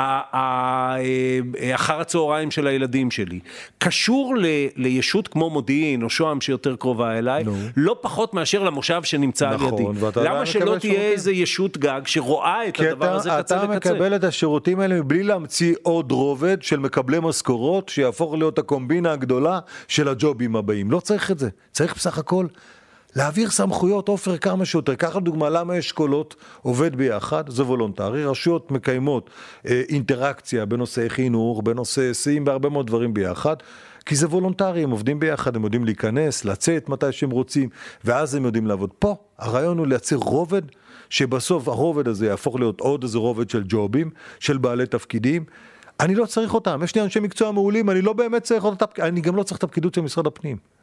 Speaker 1: אחר הצהריים של הילדים שלי, קשור לישות כמו מודיעין או שוהם שיותר קרובה אליי, לא פחות מאשר למושב שנמצא על ידי. למה שלא תהיה איזה ישות גג שרואה את הדבר הזה קצה וקצה?
Speaker 4: אתה מקבל את השירותים האלה מבלי להמציא עוד רובד של מקבלי משכורות, שיהפוך להיות הקומבינה הגדולה של הג'ובים הבאים. לא צריך את זה. צריך בסך הכל להעביר סמכויות, אופר כמה שיותר. ככה דוגמה, למה אשכולות עובד ביחד? זה וולונטרי. רשויות מקיימות אה, אינטראקציה בנושא חינוך, בנושא היסעים, בהרבה מאוד דברים ביחד. כי זה וולונטרי, הם עובדים ביחד, הם יודעים להיכנס, לצאת מתי שהם רוצים, ואז הם יודעים לעבוד. פה הרעיון הוא לייצר רובד, שבסוף הרובד הזה יהפוך להיות עוד איזה רובד של ג'ובים, של בעלי תפקידים. אני לא צריך אותם, יש לי אנשי מקצוע מעולים, אני לא באמת צריך אותם, אני גם לא צריך את הפקידות של משרד הפנים.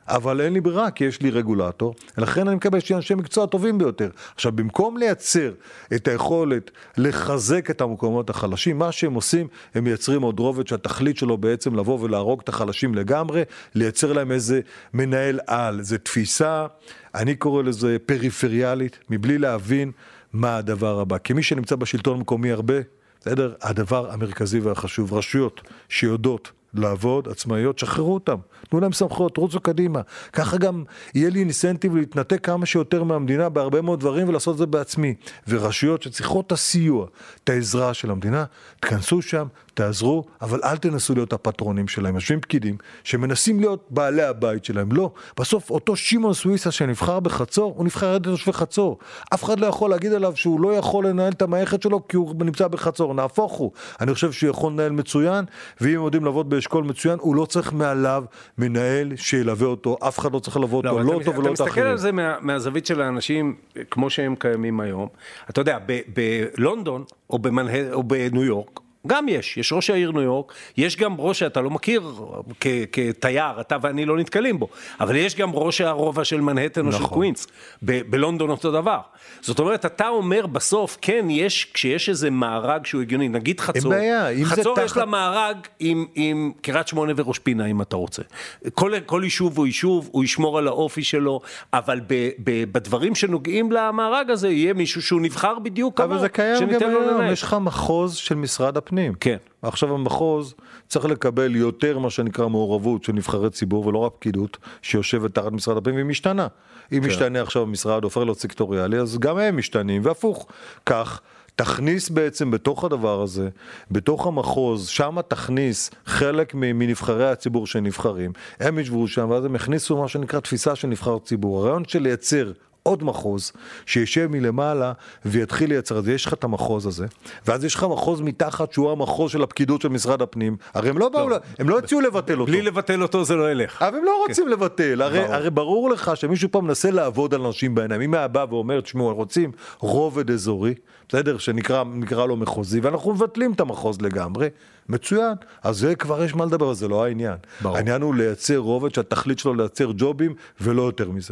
Speaker 4: אבל אין לי ברירה, כי יש לי רגולטור, ולכן אני מקבל שיש אנשי מקצוע טובים ביותר. עכשיו, במקום לייצר את היכולת לחזק את המקומות החלשים, מה שהם עושים, הם מייצרים עוד רובד שהתכלית שלו בעצם לבוא ולהרוג את החלשים לגמרי, לייצר להם איזה מנהל על, זה תפיסה, אני קורא לזה פריפריאלית, מבלי להבין מה הדבר הבא. כמי שנמצא בשלטון המקומי הרבה, בסדר? הדבר המרכזי והחשוב, רשויות שיודעות לעבוד, עצמאיות, שחררו אותם, תנו להם סמכויות, רוצו קדימה. ככה גם יהיה לי אינסנטיב להתנתק כמה שיותר מהמדינה בהרבה מאוד דברים ולעשות את זה בעצמי. ורשויות שצריכות את הסיוע, את העזרה של המדינה, תכנסו שם, תעזרו, אבל אל תנסו להיות הפטרונים שלהם. יושבים פקידים שמנסים להיות בעלי הבית שלהם. לא, בסוף אותו שמעון סוויסה שנבחר בחצור, הוא נבחר על ידי תושבי חצור. אף אחד לא יכול להגיד עליו שהוא לא יכול לנהל את המערכת שלו כי הוא נמצא בחצור. נהפוך הוא. אני חושב שהוא יכול לנהל מצוין, ואם הם יודעים לעבוד באשכול מצוין, הוא לא צריך מעליו מנהל שילווה אותו. אף אחד לא צריך לבוא אותו, לא אותו ולא את האחרים.
Speaker 1: אתה מסתכל על זה מהזווית של האנשים כמו שהם קיימים היום. אתה יודע, בלונדון או בניו יורק, גם יש, יש ראש העיר ניו יורק, יש גם ראש שאתה לא מכיר כ- כתייר, אתה ואני לא נתקלים בו, אבל יש גם ראש הרובע של מנהטן או
Speaker 4: נכון.
Speaker 1: של קווינס, ב- בלונדון אותו דבר. זאת אומרת, אתה אומר בסוף, כן, יש, כשיש איזה מארג שהוא הגיוני, נגיד חצור,
Speaker 4: בעיה,
Speaker 1: חצור
Speaker 4: תחת...
Speaker 1: יש לה מארג עם, עם קריית שמונה וראש פינה, אם אתה רוצה. כל, כל יישוב הוא יישוב, הוא ישמור על האופי שלו, אבל ב- ב- בדברים שנוגעים למארג הזה, יהיה מישהו שהוא נבחר בדיוק
Speaker 4: אבל זה קיים גם היום, יש לך מחוז של משרד הפנים.
Speaker 1: כן.
Speaker 4: עכשיו המחוז צריך לקבל יותר מה שנקרא מעורבות של נבחרי ציבור ולא רק פקידות שיושבת תחת משרד הפנים והיא משתנה. אם כן. משתנה עכשיו המשרד הופך להיות סקטוריאלי אז גם הם משתנים והפוך. כך תכניס בעצם בתוך הדבר הזה, בתוך המחוז, שם תכניס חלק מנבחרי הציבור שנבחרים. הם ישבו שם ואז הם הכניסו מה שנקרא תפיסה של נבחר ציבור. הרעיון של לייצר עוד מחוז שישב מלמעלה ויתחיל לייצר, אז יש לך את המחוז הזה, ואז יש לך מחוז מתחת שהוא המחוז של הפקידות של משרד הפנים, הרי הם לא באו, הם לא הציעו לבטל אותו.
Speaker 1: בלי לבטל אותו זה לא ילך.
Speaker 4: אבל הם לא רוצים לבטל, הרי ברור לך שמישהו פה מנסה לעבוד על אנשים בעיניים, אם היה בא ואומר, תשמעו, רוצים רובד אזורי, בסדר, שנקרא לו מחוזי, ואנחנו מבטלים את המחוז לגמרי, מצוין, אז זה כבר יש מה לדבר, זה לא העניין. העניין הוא לייצר רובד שהתכלית שלו לייצר ג'ובים ולא יותר מזה.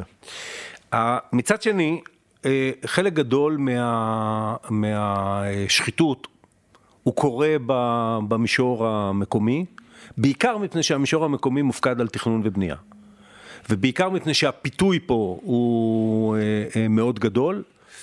Speaker 1: מצד שני, חלק גדול מה, מהשחיתות הוא קורה במישור המקומי, בעיקר מפני שהמישור המקומי מופקד על תכנון ובנייה. ובעיקר מפני שהפיתוי פה הוא מאוד גדול.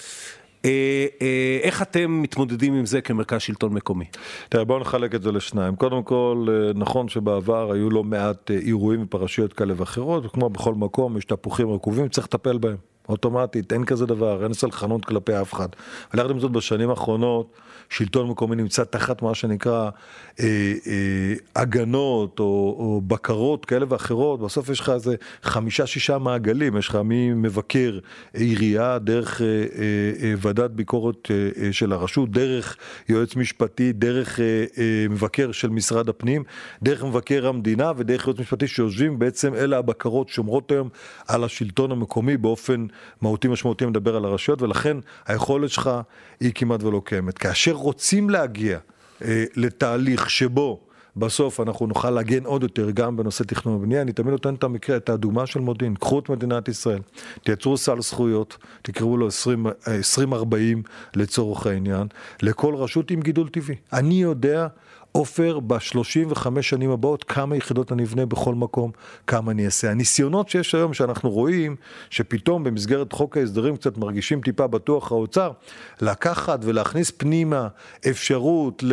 Speaker 1: איך אתם מתמודדים עם זה כמרכז שלטון מקומי?
Speaker 4: תראה, בואו נחלק את זה לשניים. קודם כל, נכון שבעבר היו לא מעט אירועים ופרשיות כאלה ואחרות, וכמו בכל מקום יש תפוחים רקובים, צריך לטפל בהם. אוטומטית, אין כזה דבר, אין סלחנות כלפי אף אחד. אבל יחד עם זאת בשנים האחרונות, שלטון מקומי נמצא תחת מה שנקרא אה, אה, הגנות או, או בקרות כאלה ואחרות, בסוף יש לך איזה חמישה שישה מעגלים, יש לך מי מבקר עירייה, דרך אה, אה, ועדת ביקורת אה, של הרשות, דרך יועץ משפטי, דרך אה, אה, מבקר של משרד הפנים, דרך מבקר המדינה ודרך יועץ משפטי שיושבים, בעצם אלה הבקרות שומרות היום על השלטון המקומי באופן מהותי משמעותי מדבר על הרשויות, ולכן היכולת שלך היא כמעט ולא קיימת. כאשר רוצים להגיע אה, לתהליך שבו בסוף אנחנו נוכל להגן עוד יותר גם בנושא תכנון ובנייה, אני תמיד נותן את המקרה, את הדוגמה של מודיעין, קחו את מדינת ישראל, תייצרו סל זכויות, תקראו לו עשרים ארבעים לצורך העניין, לכל רשות עם גידול טבעי. אני יודע אופר ב-שלושים וחמש שנים הבאות כמה יחידות אני אבנה בכל מקום, כמה אני אעשה. הניסיונות שיש היום שאנחנו רואים שפתאום במסגרת חוק ההסדרים קצת מרגישים טיפה בטוח האוצר, לקחת ולהכניס פנימה אפשרות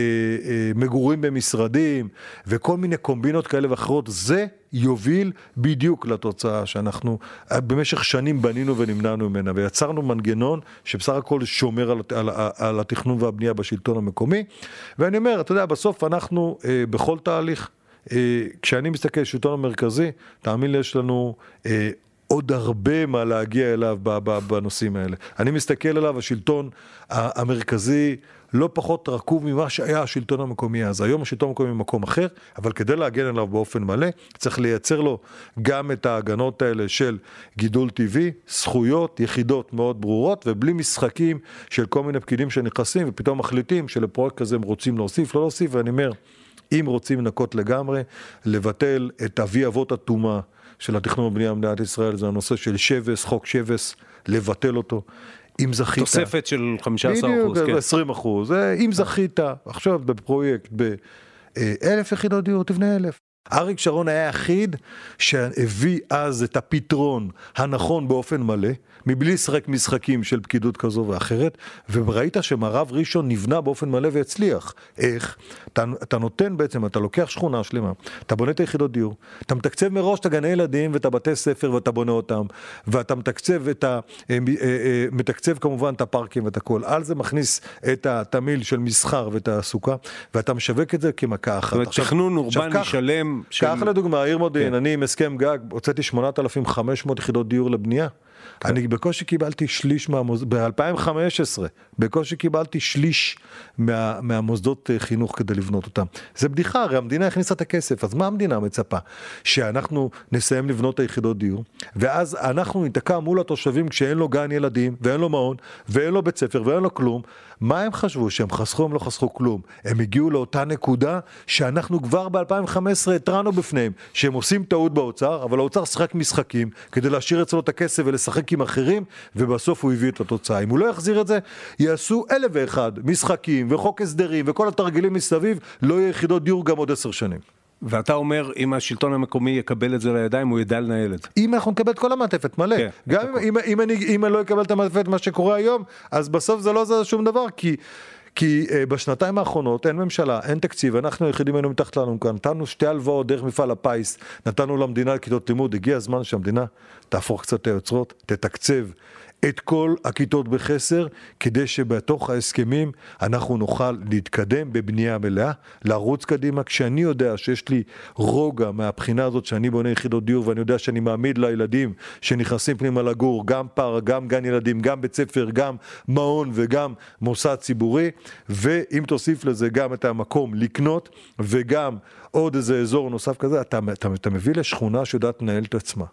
Speaker 4: למגורים במשרדים וכל מיני קומבינות כאלה ואחרות, זה יוביל בדיוק לתוצאה שאנחנו במשך שנים בנינו ונמנענו ממנה, ויצרנו מנגנון שבסך הכל שומר על, על, על התכנון והבנייה בשלטון המקומי. ואני אומר, אתה יודע, בסוף אנחנו אה, בכל תהליך, אה, כשאני מסתכל על שלטון המרכזי, תאמין לי, יש לנו אה, עוד הרבה מה להגיע אליו בנושאים האלה. אני מסתכל עליו, השלטון המרכזי לא פחות רקוב ממה שהיה השלטון המקומי אז. היום השלטון המקומי במקום אחר, אבל כדי להגן עליו באופן מלא, צריך לייצר לו גם את ההגנות האלה של גידול טבעי, זכויות, יחידות מאוד ברורות, ובלי משחקים של כל מיני פקידים שנכנסים, ופתאום מחליטים שלפרויקט כזה הם רוצים להוסיף, לא להוסיף, ואני אומר, אם רוצים לנקות לגמרי, לבטל את אבי אבות התומה, של התכנון ובנייה במדינת ישראל, זה הנושא של שבס, חוק שבס, לבטל אותו. אם זכית...
Speaker 1: תוספת של חמישה עשר אחוז,
Speaker 4: בדיוק,
Speaker 1: כן.
Speaker 4: עשרים אחוז. אם זכית, עכשיו בפרויקט, באלף יחידות דיור, תבנה אלף. אריק שרון היה היחיד שהביא אז את הפתרון הנכון באופן מלא, מבלי לשחק משחקים של פקידות כזו ואחרת, וראית שמערב ראשון נבנה באופן מלא והצליח. איך? אתה, אתה נותן בעצם, אתה לוקח שכונה שלמה, אתה בונה את היחידות דיור, אתה מתקצב מראש את הגני ילדים ואת הבתי ספר ואתה בונה אותם, ואתה מתקצב את ה... מתקצב כמובן את הפארקים ואת הכל. על זה מכניס את התמיל של מסחר ותעסוקה, ואתה משווק את זה כמכה אחת.
Speaker 1: זאת אומרת, תכנון אורבני שלם...
Speaker 4: כך לדוגמה, עיר מודיעין, אני עם הסכם גג, הוצאתי שמונת אלפים וחמש מאות יחידות דיור לבנייה. אני בקושי קיבלתי שליש מהמוסדות, ב-אלפיים וחמש עשרה, בקושי קיבלתי שליש מה, מהמוסדות חינוך כדי לבנות אותם. זה בדיחה, הרי המדינה הכניסה את הכסף, אז מה המדינה מצפה? שאנחנו נסיים לבנות את היחידות דיור, ואז אנחנו ניתקע מול התושבים כשאין לו גן ילדים, ואין לו מעון, ואין לו בית ספר, ואין לו כלום. מה הם חשבו? שהם חסכו, הם לא חסכו כלום. הם הגיעו לאותה נקודה שאנחנו כבר ב-אלפיים וחמש עשרה התרענו בפניהם, שהם עושים טעות באוצר, אבל האוצר שחק משחקים כדי להשאיר אצלו את הכסף ולשחק עם אחרים, ובסוף הוא הביא את התוצאה. אם הוא לא יחזיר את זה, יעשו אלף ואחד משחקים וחוק הסדרים וכל התרגילים מסביב, לא יהיה יחידות דיור גם עוד עשר שנים.
Speaker 1: ואתה אומר, אם השלטון המקומי יקבל את זה לידיים, הוא ידע לנהל את זה.
Speaker 4: אם אנחנו נקבל את כל המעטפת, מלא.
Speaker 1: כן,
Speaker 4: גם אם, אם, אם, אני, אם אני לא אקבל את המעטפת, מה שקורה היום, אז בסוף זה לא זה שום דבר, כי... כי uh, בשנתיים האחרונות אין ממשלה, אין תקציב, אנחנו היחידים היינו מתחת לנו כאן, נתנו שתי הלוואות דרך מפעל הפיס, נתנו למדינה לכיתות לימוד, הגיע הזמן שהמדינה תהפוך קצת את היוצרות, תתקצב את כל הכיתות בחסר, כדי שבתוך ההסכמים אנחנו נוכל להתקדם בבנייה מלאה, לרוץ קדימה, כשאני יודע שיש לי רוגע מהבחינה הזאת שאני בונה יחידות דיור, ואני יודע שאני מעמיד לילדים שנכנסים פנימה לגור, גם פארק, גם גן ילדים, גם בית ספר, גם מעון וגם מוסד ציבורי, ואם תוסיף לזה גם את המקום לקנות, וגם עוד איזה אזור נוסף כזה, אתה, אתה, אתה מביא לשכונה שיודעת לנהל את עצמה.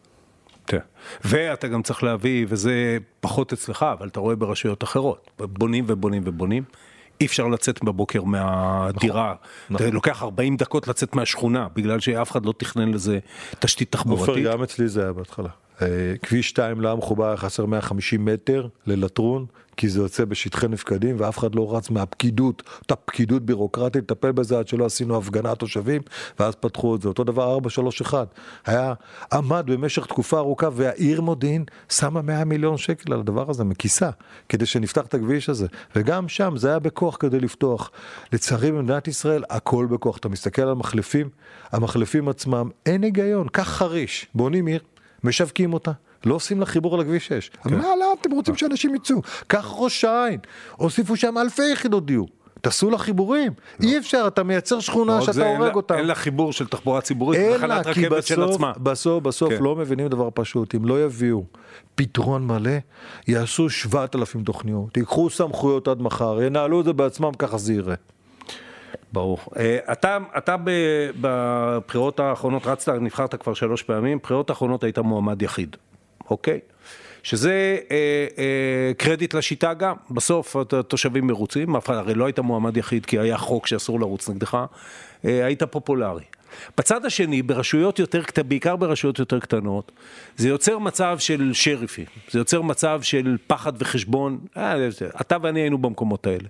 Speaker 1: ואתה גם צריך להביא, וזה פחות אצלך, אבל אתה רואה ברשויות אחרות, בונים ובונים ובונים, אי אפשר לצאת בבוקר מהדירה, אתה לוקח ארבעים דקות לצאת מהשכונה, בגלל שאף אחד לא תכנן לזה תשתית תחבורתית.
Speaker 4: אופר, גם אצלי זה היה בהתחלה. כביש שתיים לעם חובה חסר מאה וחמישים מטר ללטרון, כי זה יוצא בשטחי נפקדים, ואף אחד לא רץ מהפקידות, אותה פקידות בירוקרטית, לטפל בזה עד שלא עשינו הפגנה תושבים, ואז פתחו את זה. אותו דבר ארבע שלוש אחת, היה עמד במשך תקופה ארוכה, והעיר מודיעין שמה מאה מיליון שקל על הדבר הזה, מכיסה, כדי שנפתח את הכביש הזה. וגם שם זה היה בכוח כדי לפתוח. לצערי במדינת ישראל, הכל בכוח. אתה מסתכל על המחלפים, המחלפים עצמם, אין היגיון, כך חריש, בונים עיר, משווקים אותה. לא עושים לה חיבור על הכביש שש. מה, למה אתם רוצים שאנשים יצאו? כך ראש העין. הוסיפו שם אלפי יחידות דיור. תעשו לה חיבורים. אי אפשר, אתה מייצר שכונה שאתה הורג אותה.
Speaker 1: אין לה חיבור של תחבורה ציבורית, תחנת רכבת של עצמה.
Speaker 4: בסוף, בסוף לא מבינים דבר פשוט. אם לא יביאו פתרון מלא, יעשו שבעת אלפים תוכניות, ייקחו סמכויות עד מחר, ינהלו את זה בעצמם, ככה זה יראה.
Speaker 1: ברור. אתה, אתה בבחירות האחרונות רצת, נבחרת כבר שלוש פעמים, בבחירות האחרונות היית מועמד יחיד. אוקיי? שזה אה, אה, קרדיט לשיטה גם. בסוף התושבים מרוצים, הרי לא היית מועמד יחיד כי היה חוק שאסור לרוץ נגדך, אה, היית פופולרי. בצד השני, ברשויות יותר, בעיקר ברשויות יותר קטנות, זה יוצר מצב של שריפי, זה יוצר מצב של פחד וחשבון, אה, אתה ואני היינו במקומות האלה.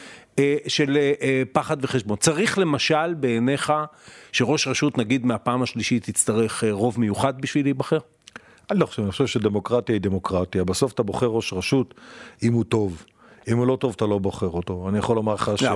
Speaker 1: של פחד וחשבון. צריך למשל בעיניך שראש רשות נגיד מהפעם השלישית יצטרך רוב מיוחד בשביל להיבחר?
Speaker 4: אני לא חושב, אני חושב שדמוקרטיה היא דמוקרטיה. בסוף אתה בוחר ראש רשות אם הוא טוב. אם הוא לא טוב, אתה לא בוחר אותו. אני יכול לומר לך ש...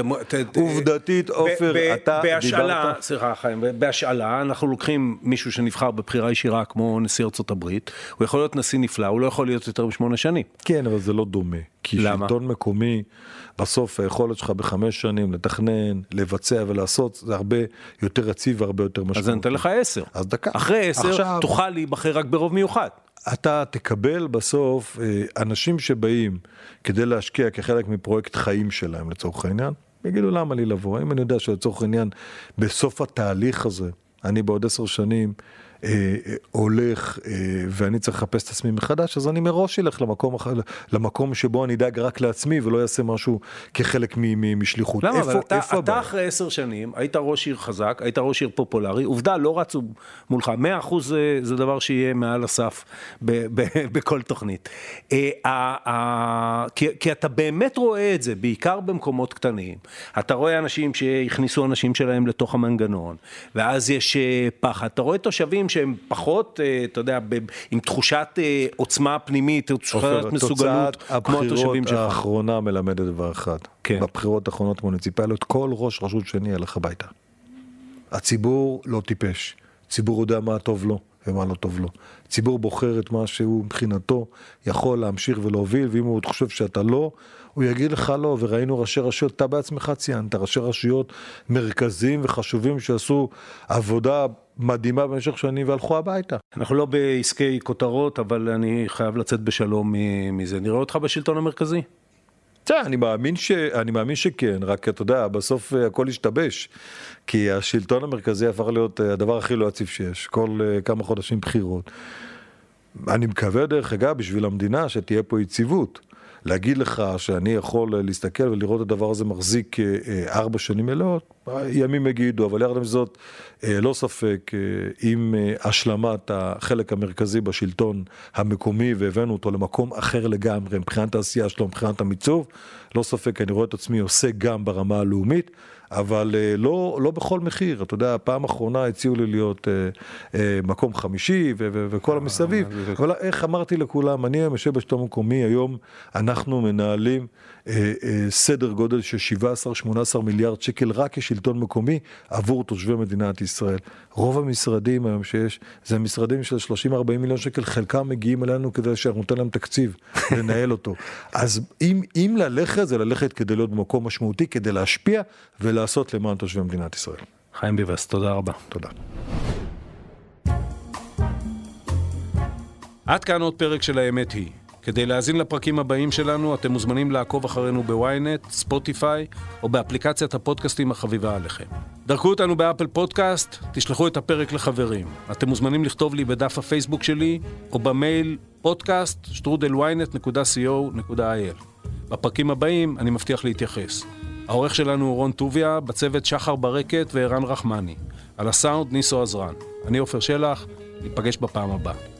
Speaker 4: עובדתית, אופר, אתה
Speaker 1: דיברת... סליחה, חיים, בהשאלה, אנחנו לוקחים מישהו שנבחר בבחירה ישירה, כמו נשיא ארצות הברית, הוא יכול להיות נשיא נפלא, הוא לא יכול להיות יותר משמונה שנים.
Speaker 4: כן, אבל זה לא דומה. כי שלטון מקומי, בסוף היכולת שלך בחמש שנים לתכנן, לבצע ולעשות, זה הרבה יותר רציב והרבה יותר משמעותי.
Speaker 1: אז אני אתן לך עשר.
Speaker 4: אז דקה.
Speaker 1: אחרי עשר, תוכל להיבחר רק ברוב מיוחד.
Speaker 4: אתה תקבל בסוף אנשים שבאים כדי להשקיע כחלק מפרויקט חיים שלהם לצורך העניין, יגידו למה לי לבוא, אם אני יודע שלצורך העניין בסוף התהליך הזה, אני בעוד עשר שנים אה, הולך אה, ואני צריך לחפש את עצמי מחדש, אז אני מראש אלך למקום, למקום שבו אני אדאג רק לעצמי ולא אעשה משהו כחלק משליחות.
Speaker 1: למה?
Speaker 4: איפה,
Speaker 1: אבל אתה,
Speaker 4: איפה
Speaker 1: אתה אחרי עשר שנים, היית ראש עיר חזק, היית ראש עיר פופולרי, עובדה, לא רצו מולך, מאה אחוז זה, זה דבר שיהיה מעל הסף ב, ב, בכל תוכנית. אה, אה, אה, כי, כי אתה באמת רואה את זה, בעיקר במקומות קטנים. אתה רואה אנשים שהכניסו אנשים שלהם לתוך המנגנון, ואז יש פחד. אתה רואה תושבים שהם פחות, אתה יודע, עם תחושת עוצמה פנימית, תחושת מסוגלות, כמו התושבים שלך.
Speaker 4: הבחירות האחרונה מלמדת דבר אחד.
Speaker 1: כן.
Speaker 4: בבחירות האחרונות מוניציפליות, כל ראש רשות שני ילך הביתה. הציבור לא טיפש. הציבור יודע מה טוב לו ומה לא טוב לו. הציבור בוחר את מה שהוא מבחינתו יכול להמשיך ולהוביל, ואם הוא חושב שאתה לא, הוא יגיד לך לא, וראינו ראשי רשויות, אתה בעצמך ציינת, ראשי רשויות מרכזיים וחשובים שעשו עבודה מדהימה במשך שנים והלכו הביתה.
Speaker 1: אנחנו לא בעסקי כותרות, אבל אני חייב לצאת בשלום מזה. נראה אותך בשלטון המרכזי?
Speaker 4: תראה, אני מאמין ש... אני מאמין שכן, רק אתה יודע, בסוף הכל ישתבש, כי השלטון המרכזי הפך להיות הדבר הכי לא יציב שיש, כל כמה חודשים בחירות. אני מקווה דרך אגב בשביל המדינה שתהיה פה יציבות. להגיד לך שאני יכול להסתכל ולראות את הדבר הזה מחזיק ארבע שנים מלאות, ימים יגידו, אבל יחד עם זאת, לא ספק, עם השלמת החלק המרכזי בשלטון המקומי, והבאנו אותו למקום אחר לגמרי, מבחינת העשייה שלו, מבחינת המיצוב, לא ספק, אני רואה את עצמי עושה גם ברמה הלאומית, אבל לא, לא בכל מחיר. אתה יודע, הפעם האחרונה הציעו לי להיות אה, אה, מקום חמישי ו- ו- וכל המסביב. אבל איך אמרתי לכולם, אני יושב בשלטון המקומי, היום אנחנו מנהלים אה, אה, סדר גודל של שבעה עשר שמונה עשר מיליארד שקל רק כשלטון מקומי עבור תושבי מדינת ישראל. רוב המשרדים היום שיש, זה משרדים של שלושים ארבעים מיליון שקל, חלקם מגיעים אלינו כדי שאנחנו נותן להם תקציב לנהל אותו. אז אם, אם ללכת, זה ללכת כדי להיות במקום משמעותי, כדי להשפיע ולעשות למען תושבי מדינת ישראל.
Speaker 1: חיים ביבס, תודה רבה.
Speaker 4: תודה.
Speaker 1: עד כאן עוד פרק של האמת היא. כדי להאזין לפרקים הבאים שלנו, אתם מוזמנים לעקוב אחרינו בוויינט, ספוטיפיי, או באפליקציית הפודקאסטים החביבה עליכם. דרכו אותנו באפל פודקאסט, תשלחו את הפרק לחברים. אתם מוזמנים לכתוב לי בדף הפייסבוק שלי, או במייל podcast שטרודל וויינט נקודה סי או נקודה איי אל. בפרקים הבאים אני מבטיח להתייחס. העורך שלנו הוא רון טוביה, בצוות שחר ברקת וערן רחמני. על הסאונד ניסו עזרן. אני עופר שלח, ניפגש בפעם הבאה.